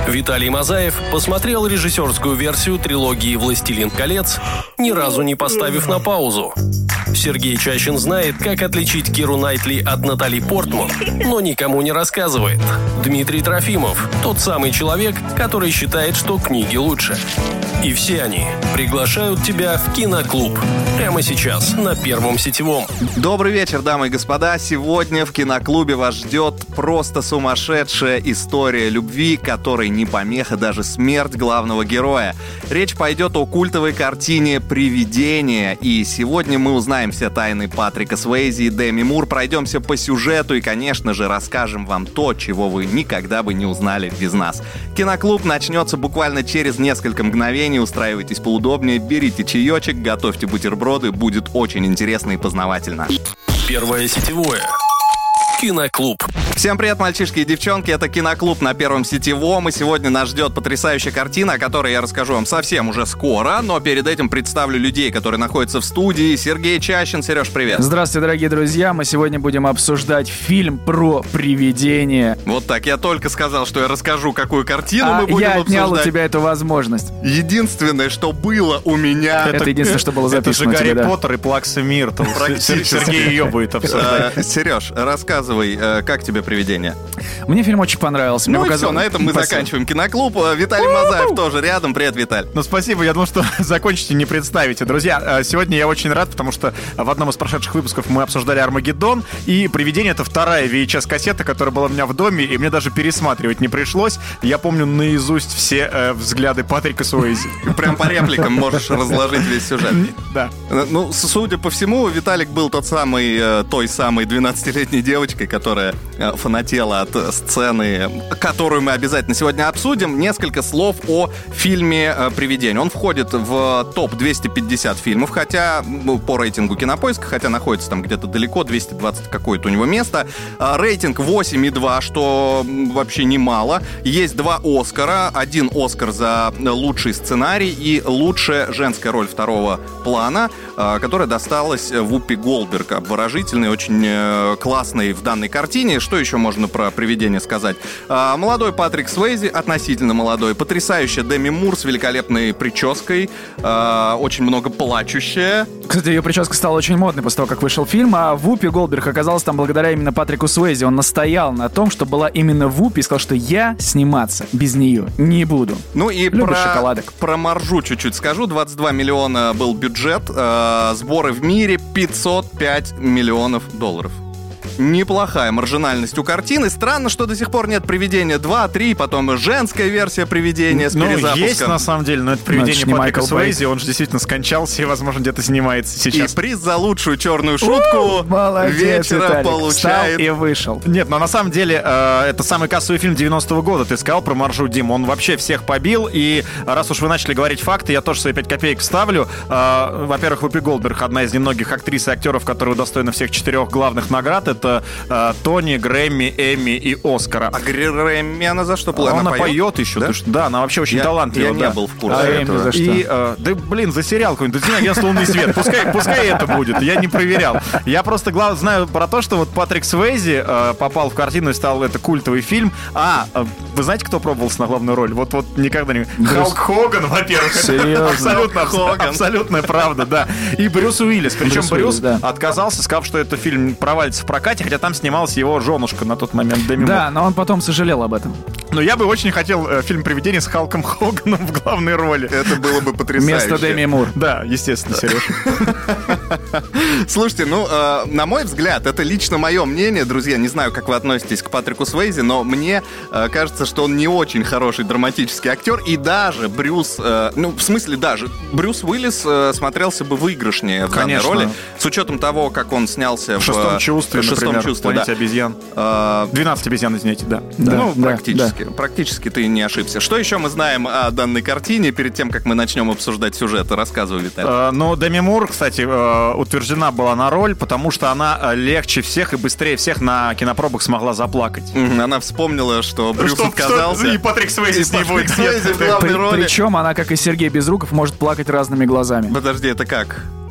Виталий Мазаев посмотрел режиссерскую версию трилогии «Властелин колец», ни разу не поставив на паузу. Сергей Чащин знает, как отличить Киру Найтли от Натали Портман, но никому не рассказывает. Дмитрий Трофимов – тот самый человек, который считает, что книги лучше. И все они приглашают тебя в киноклуб. Прямо сейчас на Первом сетевом. Добрый вечер, дамы и господа. Сегодня в киноклубе вас ждет просто сумасшедшая история любви, которой не помеха даже смерть главного героя. Речь пойдет о культовой картине «Привидение». И сегодня мы узнаем все тайны Патрика Суэйзи и Деми Мур, пройдемся по сюжету и, конечно же, расскажем вам то, чего вы никогда бы не узнали без нас. Киноклуб начнется буквально через несколько мгновений. Устраивайтесь поудобнее, берите чаечек, готовьте бутерброды, будет очень интересно и познавательно. Первое сетевое. Киноклуб. Всем привет, мальчишки и девчонки, это Киноклуб на Первом сетевом, и сегодня нас ждет потрясающая картина, о которой я расскажу вам совсем уже скоро, но перед этим представлю людей, которые находятся в студии. Сергей Чащин. Сереж, привет. Здравствуйте, дорогие друзья, мы сегодня будем обсуждать фильм про привидение. Вот так, я только сказал, что я расскажу, какую картину мы будем обсуждать. Я отнял у тебя эту возможность. Единственное, что было у меня... Это единственное, что было записано. Это же Гарри Поттер и Плакса Миртл. Сергей ее будет обсуждать. Сереж, рассказывай, как тебе «Привидение»? Мне фильм очень понравился. Ну и все, на этом мы заканчиваем Киноклуб. Виталий Мазаев тоже рядом. Привет, Виталь. Ну, спасибо. Я думал, что закончите, не представите. Друзья, сегодня я очень рад, потому что в одном из прошедших выпусков мы обсуждали «Армагеддон», и «Привидение» — это вторая VHS-кассета, которая была у меня в доме, и мне даже пересматривать не пришлось. Я помню наизусть все взгляды Патрика Суэйзи. Прям по репликам можешь разложить весь сюжет. Да. Ну, судя по всему, Виталик был той самой 12-летней девочкой, которая фанатела от сцены, которую мы обязательно сегодня обсудим. Несколько слов о фильме «Привидение». Он входит в топ-250 фильмов, хотя по рейтингу Кинопоиска, хотя находится там где-то далеко, 220 какое-то у него место. Рейтинг 8,2, что вообще немало. Есть 2 Оскара. 1 Оскар за лучший сценарий и лучшая женская роль второго плана, которая досталась Вупи Голдберг, обворожительной, очень классной в данной картине. Что еще можно про «Привидение» сказать? Молодой Патрик Суэйзи, относительно молодой, потрясающая Деми Мур с великолепной прической, очень много плачущая. Кстати, ее прическа стала очень модной после того, как вышел фильм, а Вупи Голдберг оказалась там благодаря именно Патрику Суэйзи. Он настоял на том, что была именно Вупи, и сказал, что я сниматься без нее не буду. Ну и шоколадок. Про маржу чуть-чуть скажу. 22 миллиона был бюджет, сборы в мире $505 миллионов. Неплохая маржинальность у картины. Странно, что до сих пор нет «Привидения 2», 3, потом женская версия «Привидения» с перезапуском. Ну, есть на самом деле, но это «Привидение» Патрика Суэйзи, он же действительно скончался и, возможно, где-то снимается сейчас. И приз за лучшую черную шутку вечера получает. Встал и вышел. Нет, но на самом деле это самый кассовый фильм 90-го года. Ты сказал про маржу, Дим, он вообще всех побил. И раз уж вы начали говорить факты, я тоже свои 5 копеек вставлю. Во-первых, Вупи Голдберг — одна из немногих актрис и актеров, которые удостоены всех 4 главных наград. Это Тони, Грэмми, Эмми и Оскара. А Грэмми она за что была? Она поет еще. Да? Да, она вообще очень талантлива. Я не был в курсе этого. за что? И, за сериал какой-нибудь. «Агентство «Лунный свет». Пускай это будет. Я не проверял. Я просто знаю про то, что вот Патрик Суэйзи попал в картину и стал это культовый фильм. Вы знаете, кто пробовался на главную роль? Вот никогда не... Халк Хоган, во-первых. Серьезно? Абсолютная правда, да. И Брюс Уиллис. Причем Брюс отказался, сказав, что этот фильм провалится в прокате, хотя там снималась его женушка на тот момент, Деми Мур. Да, но он потом сожалел об этом. Но я бы очень хотел фильм «Привидение» с Халком Хоганом в главной роли. Это было бы потрясающе. Вместо Деми Мур. Да, естественно, Сереж. Слушайте, на мой взгляд, это лично мое мнение, друзья, не знаю, как вы относитесь к Патрику Суэйзи, но мне кажется, что он не очень хороший драматический актер, и даже Брюс Уиллис смотрелся бы выигрышнее в данной роли, с учетом того, как он снялся в «Шестом чувстве», например, «Планете обезьян». 12 обезьян, извините, да. Практически ты не ошибся. Что еще мы знаем о данной картине перед тем, как мы начнем обсуждать сюжет? Рассказывай, Виталий. Деми Мур, кстати, утверждена была на роль, потому что она легче всех и быстрее всех на кинопробах смогла заплакать. Она вспомнила, что Брюс отказался. И Патрик Суэйзи с ней будет. Причем она, как и Сергей Безруков, может плакать разными глазами. Подожди, это как?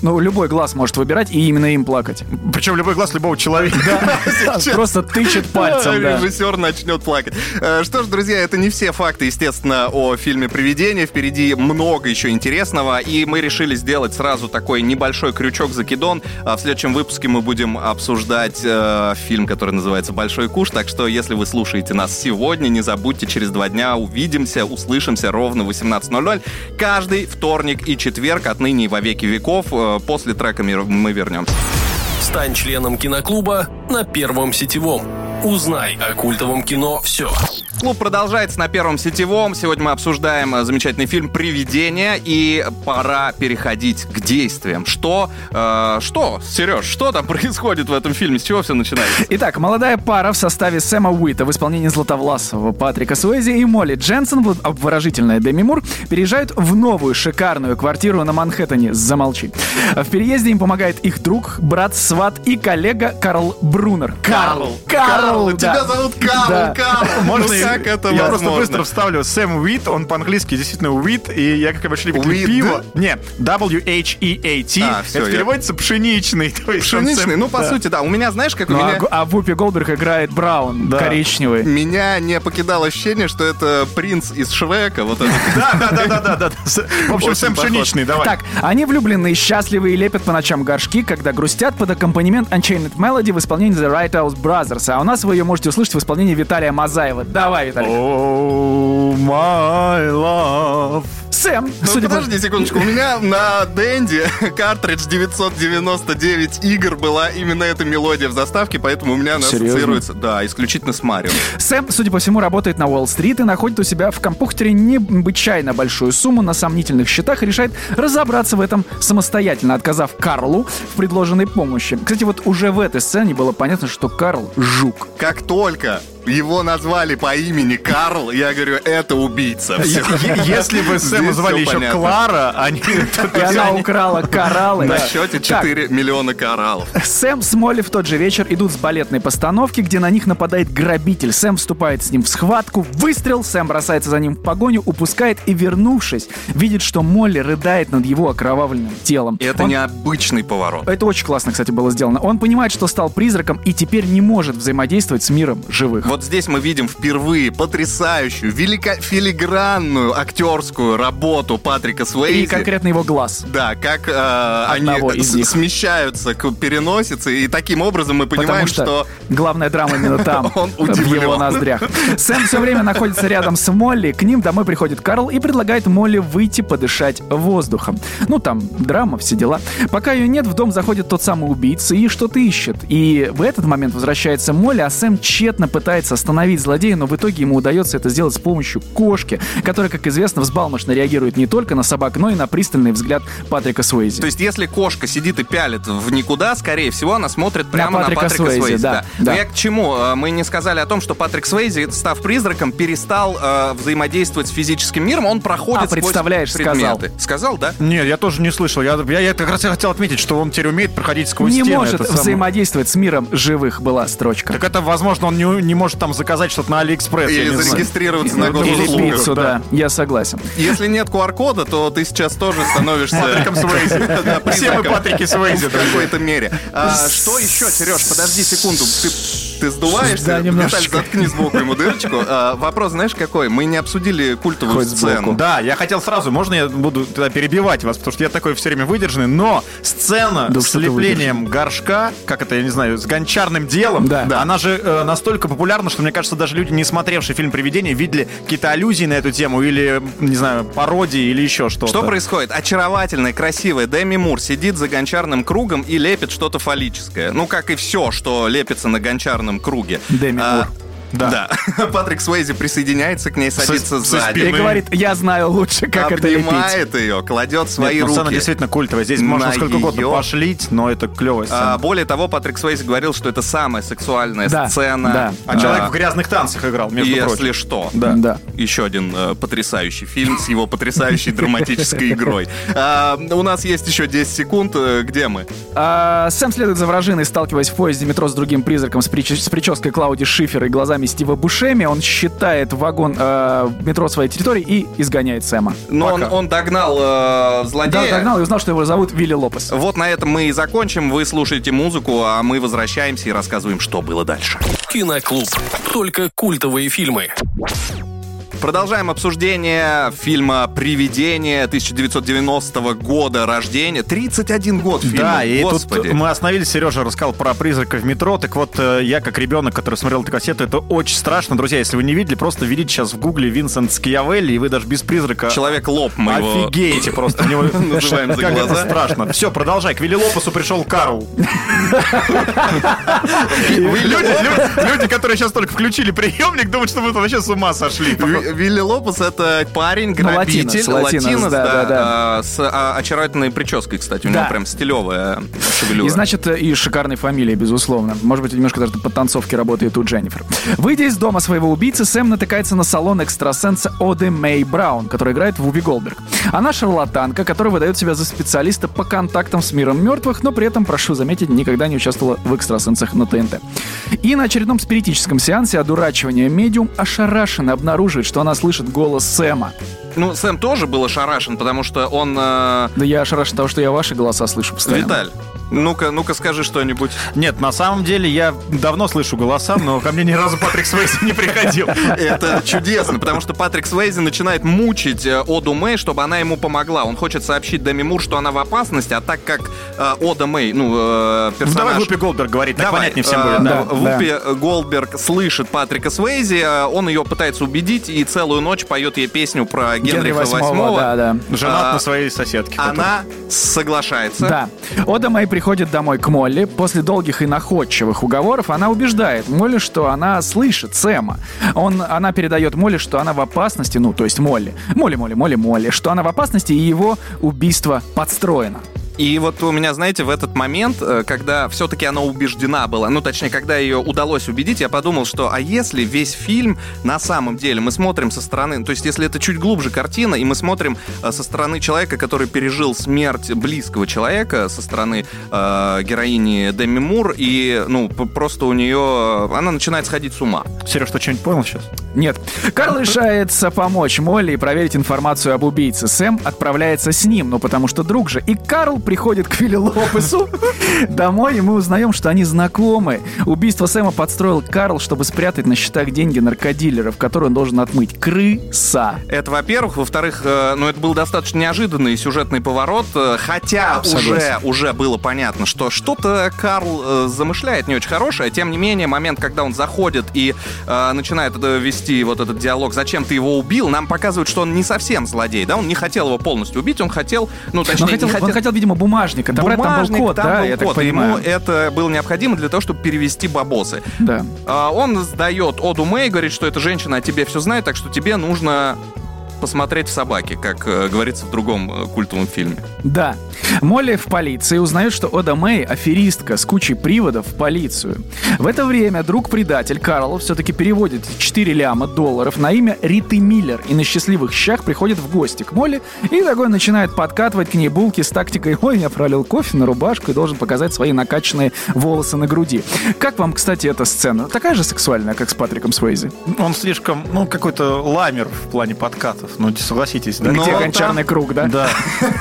Ну, любой глаз может выбирать и именно им плакать. Причем любой глаз любого человека. Просто тычет пальцем, да. Режиссер начнет плакать. Что ж, друзья, это не все факты, естественно, о фильме «Привидение». Впереди много еще интересного, и мы решили сделать сразу такой небольшой крючок-закидон. В следующем выпуске мы будем обсуждать фильм, который называется «Большой куш», так что, если вы слушаете нас сегодня, не забудьте, через 2 дня увидимся, услышимся ровно в 18:00. Каждый вторник и четверг, отныне и во веки веков. После трека мы вернемся. Стань членом киноклуба на Первом сетевом. Узнай о культовом кино все. Клуб продолжается на Первом сетевом. Сегодня мы обсуждаем замечательный фильм «Привидение», и пора переходить к действиям. Что, Сереж, что там происходит в этом фильме? С чего все начинается? Итак, молодая пара в составе Сэма Уита в исполнении златовласого Патрика Суэйзи и Молли Дженсен, обворожительная Деми Мур, переезжают в новую шикарную квартиру на Манхэттене. Замолчи. В переезде им помогает их друг, брат, сват и коллега Карл Брунер. Карл! Тебя зовут Карл, Да. Карл! Можно как это я возможно? просто быстро вставлю. Сэм Уит, он по-английски действительно Уит, и я как большой любитель Уит, пива. Не, W-H-E-A-T. Всё, это переводится пшеничный. То есть он Пшеничный, Сэм- по да. сути, да. У меня, знаешь, как у Ну, меня... а Вупи Голдберг играет Браун, Да. коричневый. Меня не покидало ощущение, что это принц из Шрека. Вот этот. Да. В общем, Очень Сэм похож. пшеничный, давай. Так, они влюбленные, счастливы и лепят по ночам горшки, когда грустят под аккомпанемент Unchained Melody в исполнении The Right House Brothers. А у нас вы ее можете услышать в исполнении Виталия Мазаева. Давай, Виталий. Oh, my love. Сэм, Ну, судя по... подожди секундочку, у меня на Денди картридж 999 игр была именно эта мелодия в заставке, поэтому у меня она Серьезно? ассоциируется, да, исключительно с Марио. Сэм, судя по всему, работает на Уолл-стрит и находит у себя в компьютере необычайно большую сумму на сомнительных счетах и решает разобраться в этом самостоятельно, отказав Карлу в предложенной помощи. Кстати, вот уже в этой сцене было понятно, что Карл — жук. Как только его назвали по имени Карл, я говорю, это убийца. Всё. Если бы Сэма Здесь звали всё еще понятно. Клара, они... И она украла кораллы. На Да. счете Так, 4 миллиона кораллов. Сэм с Молли в тот же вечер идут с балетной постановки, где на них нападает грабитель. Сэм вступает с ним в схватку, выстрел, Сэм бросается за ним в погоню, упускает и, вернувшись, видит, что Молли рыдает над его окровавленным телом. И это Он- необычный поворот. Это очень классно, кстати, было сделано. Он понимает, что стал призраком и теперь не может взаимодействовать с миром живых. Вот здесь мы видим впервые потрясающую, филигранную актерскую работу Патрика Суэйзи. И конкретно его глаз. Да, как Одного они из них. смещаются к переносице, и таким образом мы понимаем, Потому что, что главная драма именно там, Он в удивлен. его ноздрях. Сэм все время находится рядом с Молли. К ним домой приходит Карл и предлагает Молли выйти подышать воздухом. Ну, там драма, все дела. Пока ее нет, в дом заходит тот самый убийца и что-то ищет. И в этот момент возвращается Молли, а Сэм тщетно пытается остановить злодея, но в итоге ему удается это сделать с помощью кошки, которая, как известно, взбалмошно реагирует не только на собак, но и на пристальный взгляд Патрика Суэйзи. То есть, если кошка сидит и пялит в никуда, скорее всего, она смотрит прямо на Патрика Патрика Суэйзи, Суэйзи. да. Но Да. я к чему? Мы не сказали о том, что Патрик Суэйзи, став призраком, перестал взаимодействовать с физическим миром, он проходит сквозь представляешь, сказал. предметы. Сказал, да? Нет, я тоже не слышал. Я как раз хотел отметить, что он теперь умеет проходить сквозь Не стены. может Это самое. взаимодействовать с миром живых, была строчка. Так это, возможно, он не может там заказать что-то на Алиэкспресс. я Или не знаю. зарегистрироваться на Или госуслугах. пиццу, да, я согласен. Если нет QR-кода, то ты сейчас тоже становишься Патриком Суэйзи. Да, Все мы призраком. Патрики Суэйзи, В какой-то мере. Что еще, Сереж? Подожди секунду. Ты сдуваешься? Да, немножечко. Виталь, заткни сбоку ему дырочку. Вопрос, знаешь, какой? Мы не обсудили культовую Хоть сбоку. сцену. Да, я хотел сразу, можно я буду тогда перебивать вас, потому что я такой все время выдержанный, но сцена Да с что ты слеплением горшка, как это, я не знаю, с гончарным делом, Да. она же настолько популярна, что, мне кажется, даже люди, не смотревшие фильм «Привидение», видели какие-то аллюзии на эту тему или, не знаю, пародии или еще что-то. Что происходит? Очаровательная, красивая Деми Мур сидит за гончарным кругом и лепит что-то фаллическое. Ну, как и все, что лепится на гончарном круге. Деми Мур. Да. Патрик Суэйзи присоединяется к ней, садится со сзади. И спины. говорит, я знаю лучше, как это лепить. Обнимает ее, кладет свои Нет, ну, сцена руки. действительно культовая. Здесь можно на сколько угодно её. пошлить, но это клевая сцена. Более того, Патрик Суэйзи говорил, что это самая сексуальная Да, сцена. да. А человек в грязных танцах играл, между Если прочим. что. Да. Еще один потрясающий фильм с его потрясающей драматической игрой. У нас есть еще 10 секунд. Где мы? Сэм следует за вражиной, сталкиваясь в поезде метро с другим призраком с прической Клауди Шифер и глазами глазами Стива Бушеми, он считает вагон метро своей территории и изгоняет Сэма. Но он догнал злодея. Да, догнал и узнал, что его зовут Вилли Лопес. Вот на этом мы и закончим. Вы слушаете музыку, а мы возвращаемся и рассказываем, что было дальше. Киноклуб. Только культовые фильмы. Продолжаем обсуждение фильма «Привидение» 1990 года рождения. 31 год фильма, да, и господи. тут мы остановились, Сережа рассказал про призрака в метро. Так вот, я как ребенок, который смотрел эту кассету, это очень страшно. Друзья, если вы не видели, просто введите сейчас в гугле Винсент Скиавелли, и вы даже без призрака... Человек-лоб мы его... Офигеете просто. Называем за как глаза. это страшно. Все, продолжай. К Вилли Лопесу пришел Карл. Люди, которые сейчас только включили приемник, думают, что вы вообще с ума сошли. Вилли Лопес — это парень, грабитель, латинос, да, с очаровательной прической, кстати. У него прям стилевая шевелюра. И, значит, и шикарной фамилией, безусловно. Может быть, немножко даже по танцовке работает у Дженнифер. Выйдя из дома своего убийцы, Сэм натыкается на салон экстрасенса Оды Мэй Браун, которая играет Вупи Голдберг. Она шарлатанка, которая выдает себя за специалиста по контактам с миром мертвых, но при этом, прошу заметить, никогда не участвовала в экстрасенсах на ТНТ. И на очередном спиритическом сеансе одурачивания медиум ошарашенно обнаруживает, что она слышит голос Сэма. Ну, Сэм тоже был ошарашен, потому что он... Да я ошарашен того, что я ваши голоса слышу постоянно. Виталь, ну-ка скажи что-нибудь. Нет, на самом деле я давно слышу голоса, но ко мне ни разу Патрик Суэйзи не приходил. Это чудесно, потому что Патрик Суэйзи начинает мучить Оду Мэй, чтобы она ему помогла. Он хочет сообщить Деми Мур, что она в опасности, а так как Ода Мэй, персонаж... Давай Вупи Голдберг говорит, так понятнее всем будет. Да. Вупи Голдберг слышит Патрика Суэйзи, он ее пытается убедить и целую ночь поет ей песню про Генриха VIII. Да. Женат на своей соседке. Она соглашается. Да. Ода Мэй приходит домой к Молли. После долгих и находчивых уговоров она убеждает Молли, что она слышит Сэма. Она передает Молли, что она в опасности, то есть Молли, что она в опасности и его убийство подстроено. И вот у меня, знаете, в этот момент, когда все-таки она убеждена была, точнее, когда ее удалось убедить, я подумал, что а если весь фильм на самом деле мы смотрим со стороны, то есть если это чуть глубже картина, и мы смотрим со стороны человека, который пережил смерть близкого человека, со стороны героини Деми Мур, и, просто у нее, она начинает сходить с ума. Сереж, ты что-нибудь понял сейчас? Нет. Карл решается помочь Молли и проверить информацию об убийце. Сэм отправляется с ним, потому что друг же. И Карл приходит к Вилли Лопесу домой, и мы узнаем, что они знакомы. Убийство Сэма подстроил Карл, чтобы спрятать на счетах деньги наркодилеров, которые он должен отмыть. Крыса. Это, во-первых. Во-вторых, это был достаточно неожиданный сюжетный поворот, хотя уже было понятно, что что-то Карл замышляет не очень хорошее. Тем не менее, момент, когда он заходит и начинает вести вот этот диалог, зачем ты его убил, нам показывают, что он не совсем злодей, да, он не хотел его полностью убить, он хотел, он хотел, видимо, бумажник. Там был код, я так понимаю. Ему это было необходимо для того, чтобы перевести бабосы. Да. Он сдает Оду Мэй, говорит, что эта женщина о тебе все знает, так что тебе нужно посмотреть в «Собаке», как говорится в другом культовом фильме. Да. Молли в полиции узнает, что Ода Мэй аферистка с кучей приводов в полицию. В это время друг-предатель Карл все-таки переводит $4 ляма на имя Риты Миллер и на счастливых щах приходит в гости к Молли и такой начинает подкатывать к ней булки с тактикой «Ой, я пролил кофе на рубашку и должен показать свои накачанные волосы на груди». Как вам, кстати, эта сцена? Такая же сексуальная, как с Патриком Суэйзи? Он слишком, какой-то ламер в плане подкатов. Согласитесь, да? Где гончарный круг, да? Да.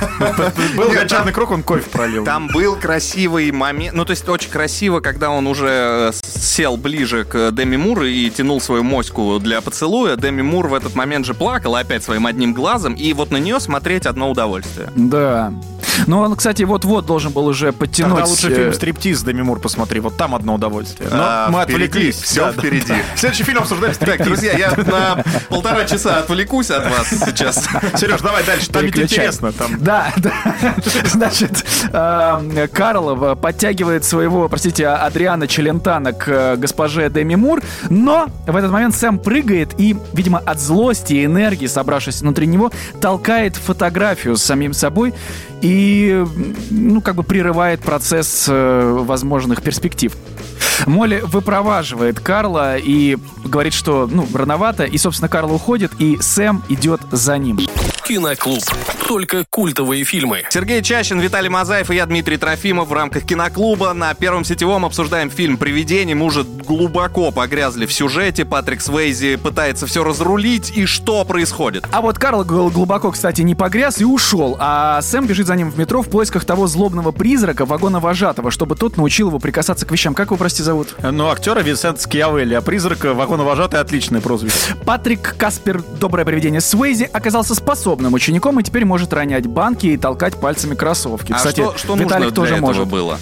Был гончарный круг, он кофе пролил. Там был красивый момент, то есть очень красиво, когда он уже сел ближе к Деми Мур и тянул свою моську для поцелуя. Деми Мур в этот момент же плакала опять своим одним глазом, и вот на нее смотреть одно удовольствие. Да. Он, кстати, вот-вот должен был уже подтянуть... Тогда лучше фильм «Стриптиз» Деми Мур посмотри, вот там одно удовольствие. Но мы отвлеклись. Все впереди. Следующий фильм обсуждаем «Стриптиз». Так, друзья, я на 1,5 часа отвлекусь от вас сейчас. Сереж, давай дальше, там ведь интересно. Да. Значит, Карл подтягивает своего, Адриана Челентана к госпоже Деми Мур, но в этот момент Сэм прыгает и, видимо, от злости и энергии, собравшись внутри него, толкает фотографию с самим собой и, прерывает процесс возможных перспектив. Молли выпроваживает Карла и говорит, что, рановато, и, собственно, Карл уходит, и Сэм идет за ним. Киноклуб. Только культовые фильмы. Сергей Чащин, Виталий Мазаев и я, Дмитрий Трофимов. В рамках Киноклуба на Первом сетевом обсуждаем фильм «Привидение». Мы уже глубоко погрязли в сюжете. Патрик Суэйзи пытается все разрулить. И что происходит? А вот Карл глубоко, кстати, не погряз и ушел. А Сэм бежит за ним в метро в поисках того злобного призрака, вагоновожатого, чтобы тот научил его прикасаться к вещам. Как его, прости, зовут? Ну, актера Винсент Скиавелли, а призрак вагоновожатый — отличное прозвище. Патрик Каспер, доброе привидение Суэйзи, оказался способным учеником и теперь может ронять банки и толкать пальцами кроссовки. Кстати, что Виталик нужно тоже для этого может. было?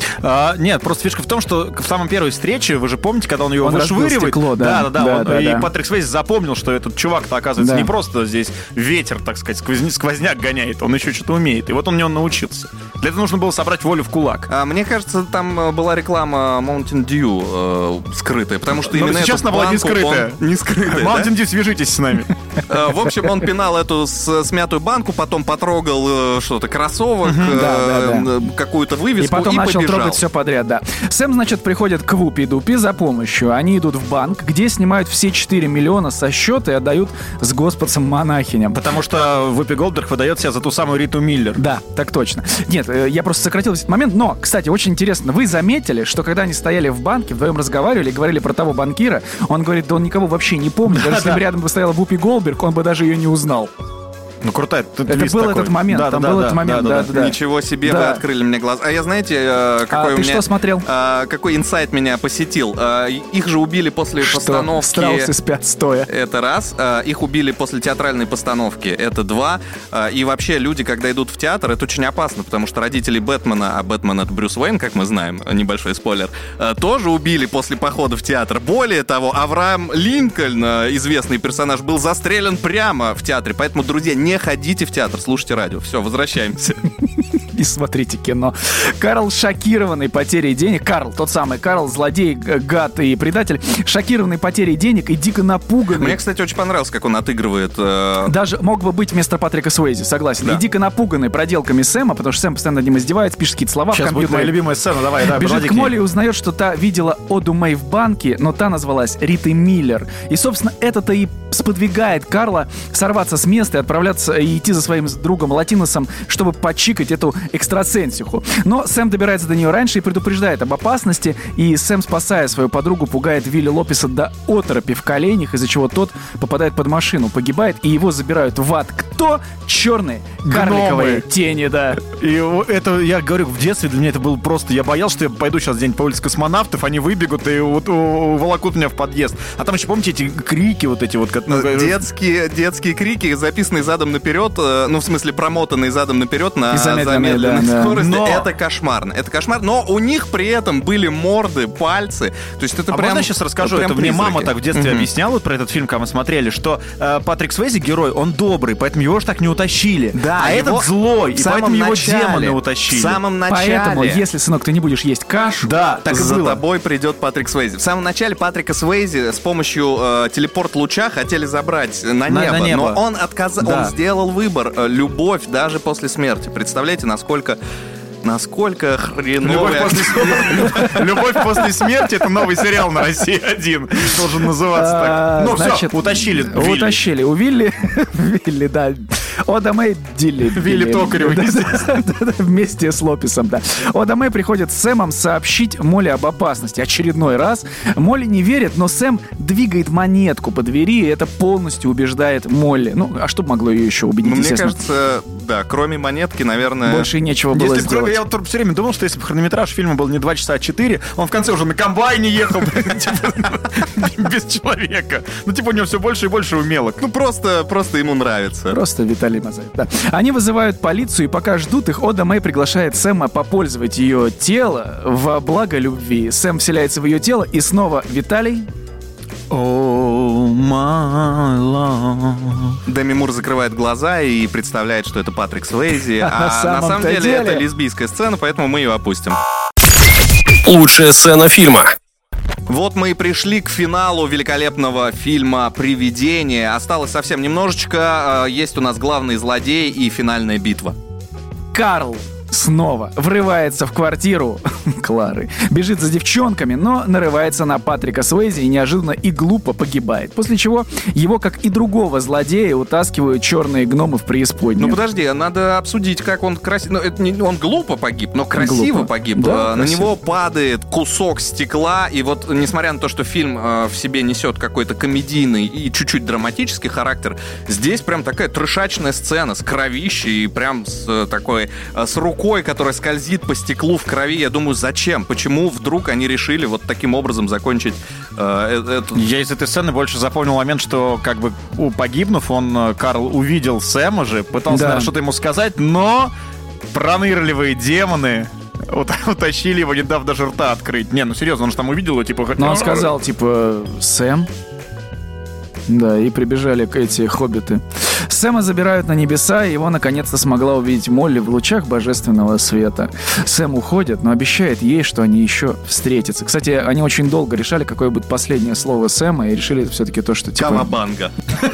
Нет, просто фишка в том, что в самой первой встрече, вы же помните, когда он его Он разбил вышвыривает? стекло, да. Да, и да. Патрик Суэйзи запомнил, что этот чувак-то, оказывается, Да. не просто здесь ветер, так сказать, сквозняк гоняет, он еще что-то умеет. И вот он у него научился. Для этого нужно было собрать волю в кулак. Мне кажется, там была реклама Mountain Dew скрытая, потому что Но именно сейчас эту она была не банку скрытая. он- Не скрытая, да? Mountain Dew, свяжитесь с нами. В общем, он пинал эту смятую банку, потом потрогал что-то, кроссовок, да. какую-то вывеску И потом и начал побежал. трогать все подряд, да. Сэм, значит, приходит к Вупи-Дупи за помощью. Они идут в банк, где снимают все 4 миллиона со счета и отдают с господцам-монахиням. Потому что Вупи Голдберг выдает себя за ту самую Риту Миллер. Да, так точно. Нет, я просто сократил этот момент, но, кстати, очень интересно, вы заметили, что когда они стояли в банке, вдвоем разговаривали и говорили про того банкира, он говорит, да он никого вообще не помнит, даже если бы рядом бы стояла Вупи Голдберг, он бы даже ее не узнал. Ну, крутая. Это был этот момент, там был этот момент, да. Ничего себе, Да. вы открыли мне глаза. А я, знаете, какой у ты меня... что смотрел? Какой инсайт меня посетил? Их же убили после постановки... Страусы спят стоя. Это раз. Их убили после театральной постановки. Это два. И вообще люди, когда идут в театр, это очень опасно, потому что родители Бэтмена, а Бэтмен — это Брюс Уэйн, как мы знаем, небольшой спойлер, тоже убили после похода в театр. Более того, Авраам Линкольн, известный персонаж, был застрелен прямо в театре. Поэтому, друзья, не ходите в театр, слушайте радио. Все, возвращаемся. И смотрите кино. Карл, шокированный потерей денег. Карл, тот самый Карл, злодей, гад и предатель, шокированный потерей денег и дико напуганный. Мне, кстати, очень понравилось, как он отыгрывает... Даже мог бы быть вместо Патрика Суэйзи, согласен. Да. И дико напуганный проделками Сэма, потому что Сэм постоянно над ним издевается, пишет какие-то слова Сейчас в будет компьютере. моя любимая сцена, давай, Бежит подводи к ней. Молли и узнает, что та видела Оду Мэй в банке, но та назвалась Ритой Миллер. И, собственно, это-то и сподвигает Карла сорваться с места и отправляться и идти за своим другом Латиносом, чтобы почикать эту экстрасенсиху. Но Сэм добирается до нее раньше и предупреждает об опасности, и Сэм, спасая свою подругу, пугает Вилли Лопеса до оторопи в коленях, из-за чего тот попадает под машину, погибает, и его забирают в ад. Кто? Черные карликовые тени, да. И это, я говорю, в детстве для меня это было просто... Я боялся, что я пойду сейчас где-нибудь по улице Космонавтов, они выбегут и вот уволокут меня в подъезд. А там еще, помните, эти крики вот эти вот... Детские крики, записанные задом наперед, ну, в смысле, промотанные задом наперед на И замедленные, замедленной да. скорости. Но- Это кошмарно. Это кошмар. Но у них при этом были морды, пальцы. То есть это А прям... можно я сейчас расскажу? прям Это мне призраки. мама так в детстве объясняла про этот фильм, когда мы смотрели, что Патрик Суэйзи, герой, он добрый, поэтому его же так не утащили. Да, а его этот злой, в и самом поэтому его начале, демоны утащили. В самом начале... Поэтому, если, сынок, ты не будешь есть кашу, Да, так и за было. тобой придет Патрик Суэйзи. В самом начале Патрика Суэйзи с помощью телепорт-луча хотели забрать на небо, небо. но он отказал, Да. он сделал выбор. Любовь даже после смерти. Представляете, насколько хреновый... Любовь после смерти — это новый сериал на России 1. Должен называться так. Ну значит, все, утащили. Вилли. Утащили. У Вилли, Вилли, да. Ода Мэй Вилли Токарев, Да, вместе с Лопесом, да. Ода Мэй приходит с Сэмом сообщить Молли об опасности. Очередной раз. Молли не верит, но Сэм двигает монетку по двери, и это полностью убеждает Молли. Ну, а что могло ее еще убедить, Мне естественно? кажется, да, кроме монетки, наверное... Больше и нечего было Если бы, сделать. я вот все время думал, что если бы хронометраж фильма был не 2 часа, а 4, он в конце уже на комбайне ехал, типа, без человека. Ну, типа, у него все больше и больше умелок. Ну, просто ему нравится. Просто Виталий Мазаев, да. Они вызывают полицию, и пока ждут их, Ода Мэй приглашает Сэма попользовать ее тело во благо любви. Сэм вселяется в ее тело, и снова Виталий... Oh, my love. Деми Мур закрывает глаза и представляет, что это Патрик Суэйзи, А на а на самом самом-то деле это деле- лесбийская сцена, поэтому мы ее опустим. Лучшая сцена фильма. Вот мы и пришли к финалу великолепного фильма «Привидение». Осталось совсем немножечко. Есть у нас главный злодей и финальная битва. Карл снова врывается в квартиру Клары, бежит за девчонками, но нарывается на Патрика Суэйзи и неожиданно и глупо погибает. После чего его, как и другого злодея, утаскивают черные гномы в преисподнюю. Ну подожди, надо обсудить, как он красиво... Он глупо погиб, но красиво погиб. Да, на красиво. него падает кусок стекла, и вот, несмотря на то, что фильм в себе несет какой-то комедийный и чуть-чуть драматический характер, здесь прям такая трешачная сцена с кровищей и прям с такой... с рукой, которая скользит по стеклу в крови. Я думаю, зачем? Почему вдруг они решили вот таким образом закончить эту... Я из этой сцены больше запомнил момент, что как бы погибнув, Карл увидел Сэма же, пытался, наверное, что-то ему сказать, но пронырливые демоны утащили его, не дав даже рта открыть. Не, ну серьезно, он же там увидел его, типа... Но он сказал, типа, Сэм? Да, и прибежали эти хоббиты. Сэма забирают на небеса, и его наконец-то смогла увидеть Молли в лучах божественного света. Сэм уходит, но обещает ей, что они еще встретятся. Кстати, они очень долго решали, какое будет последнее слово Сэма, и решили все-таки то, что типа... Кавабанга.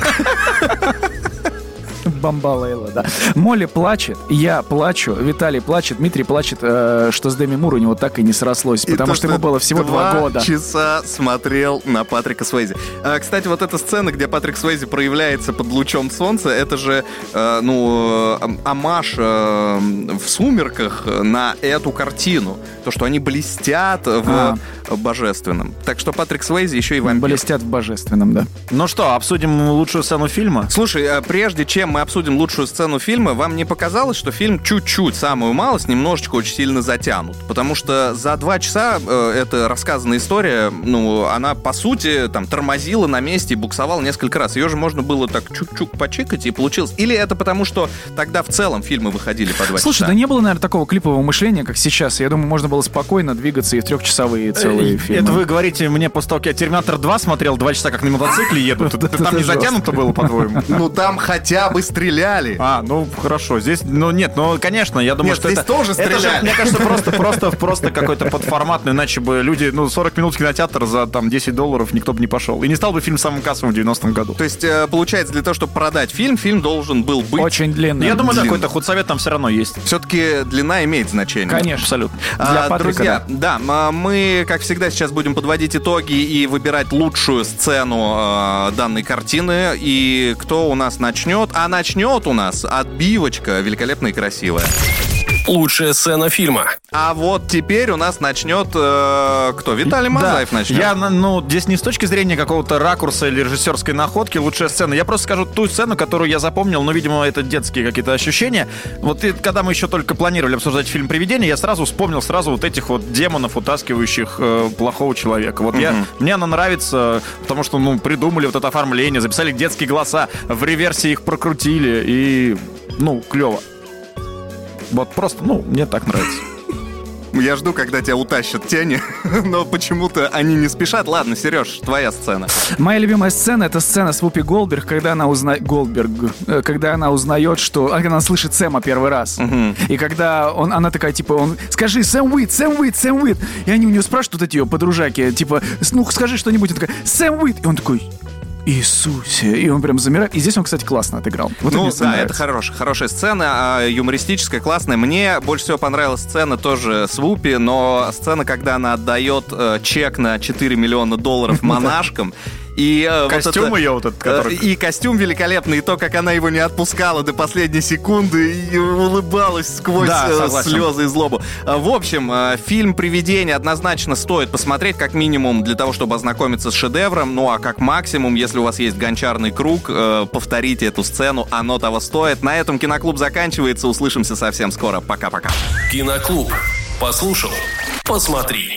Бамбалейла, да. Молли плачет, я плачу, Виталий плачет, Дмитрий плачет, что с Деми Мур у него так и не срослось, потому что ему было всего 2 года. 2 часа смотрел на Патрика Суэйзи. Кстати, вот эта сцена, где Патрик Суэйзи проявляется под лучом солнца, это же, оммаж в «Сумерках» на эту картину. То, что они блестят в божественном. Так что Патрик Суэйзи еще и вампир. Блестят в божественном, да. Ну что, обсудим лучшую сцену фильма? Слушай, прежде чем мы обсудим лучшую сцену фильма, вам не показалось, что фильм чуть-чуть, самую малость, немножечко очень сильно затянут? Потому что за 2 часа эта рассказанная история, она, по сути, там, тормозила на месте и буксовала несколько раз. Ее же можно было так чук-чук почикать, и получилось. Или это потому, что тогда в целом фильмы выходили по 2 часа? Слушай, да не было, наверное, такого клипового мышления, как сейчас. Я думаю, можно было спокойно двигаться и в 3-часовые целые фильмы. Это вы говорите мне после того, как я «Терминатор 2» смотрел, 2 часа как на мотоцикле еду. Там не затянуто было, по-твоему? Ну, там хотя бы стреляли. Ну хорошо. Здесь, конечно, я думаю, что здесь это... тоже Это же, стреляли. мне кажется, просто какой-то подформатный, иначе бы люди, 40 минут в кинотеатр за там $10 никто бы не пошел. И не стал бы фильм самым кассовым в 90-м году. То есть, получается, для того, чтобы продать фильм должен был быть... Очень длинный. Я думаю, да, длинный. какой-то худсовет там все равно есть. Все-таки длина имеет значение. Конечно. Абсолютно. Для Патрика, друзья, да, мы, как всегда, сейчас будем подводить итоги и выбирать лучшую сцену данной картины. И кто у нас начнет? А начнет у нас отбивочка великолепная и красивая. Лучшая сцена фильма. А вот теперь у нас начнет кто? Виталий Мазаев начнет. Я, здесь не с точки зрения какого-то ракурса или режиссерской находки лучшая сцена. Я просто скажу ту сцену, которую я запомнил, но, видимо, это детские какие-то ощущения. Вот когда мы еще только планировали обсуждать фильм «Привидение», я сразу вспомнил вот этих вот демонов, утаскивающих плохого человека. Вот мне она нравится, потому что, придумали вот это оформление, записали детские голоса, в реверсе их прокрутили, и, клево. Вот просто, мне так нравится. Я жду, когда тебя утащат тени, но почему-то они не спешат. Ладно, Сереж, твоя сцена. Моя любимая сцена — это сцена с Вупи Голдберг, когда она узнает, что она слышит Сэма первый раз. И когда она такая, типа, скажи, Сэм Уит. И они у нее спрашивают, эти ее подружаки, типа, скажи что-нибудь. Она такая, Сэм Уит. И он такой... Иисусе. И он прям замирает. И здесь он, кстати, классно отыграл. Вот это хорошая сцена, юмористическая, классная. Мне больше всего понравилась сцена тоже с Вупи, но сцена, когда она отдает чек на $4 миллиона монашкам. И костюм ее который... И костюм великолепный, и то, как она его не отпускала до последней секунды и улыбалась сквозь слезы и злобу. В общем, фильм «Привидение» однозначно стоит посмотреть, как минимум для того, чтобы ознакомиться с шедевром, а как максимум, если у вас есть гончарный круг, повторите эту сцену, оно того стоит. На этом Киноклуб заканчивается, услышимся совсем скоро. Пока-пока. Киноклуб. Послушал, посмотри.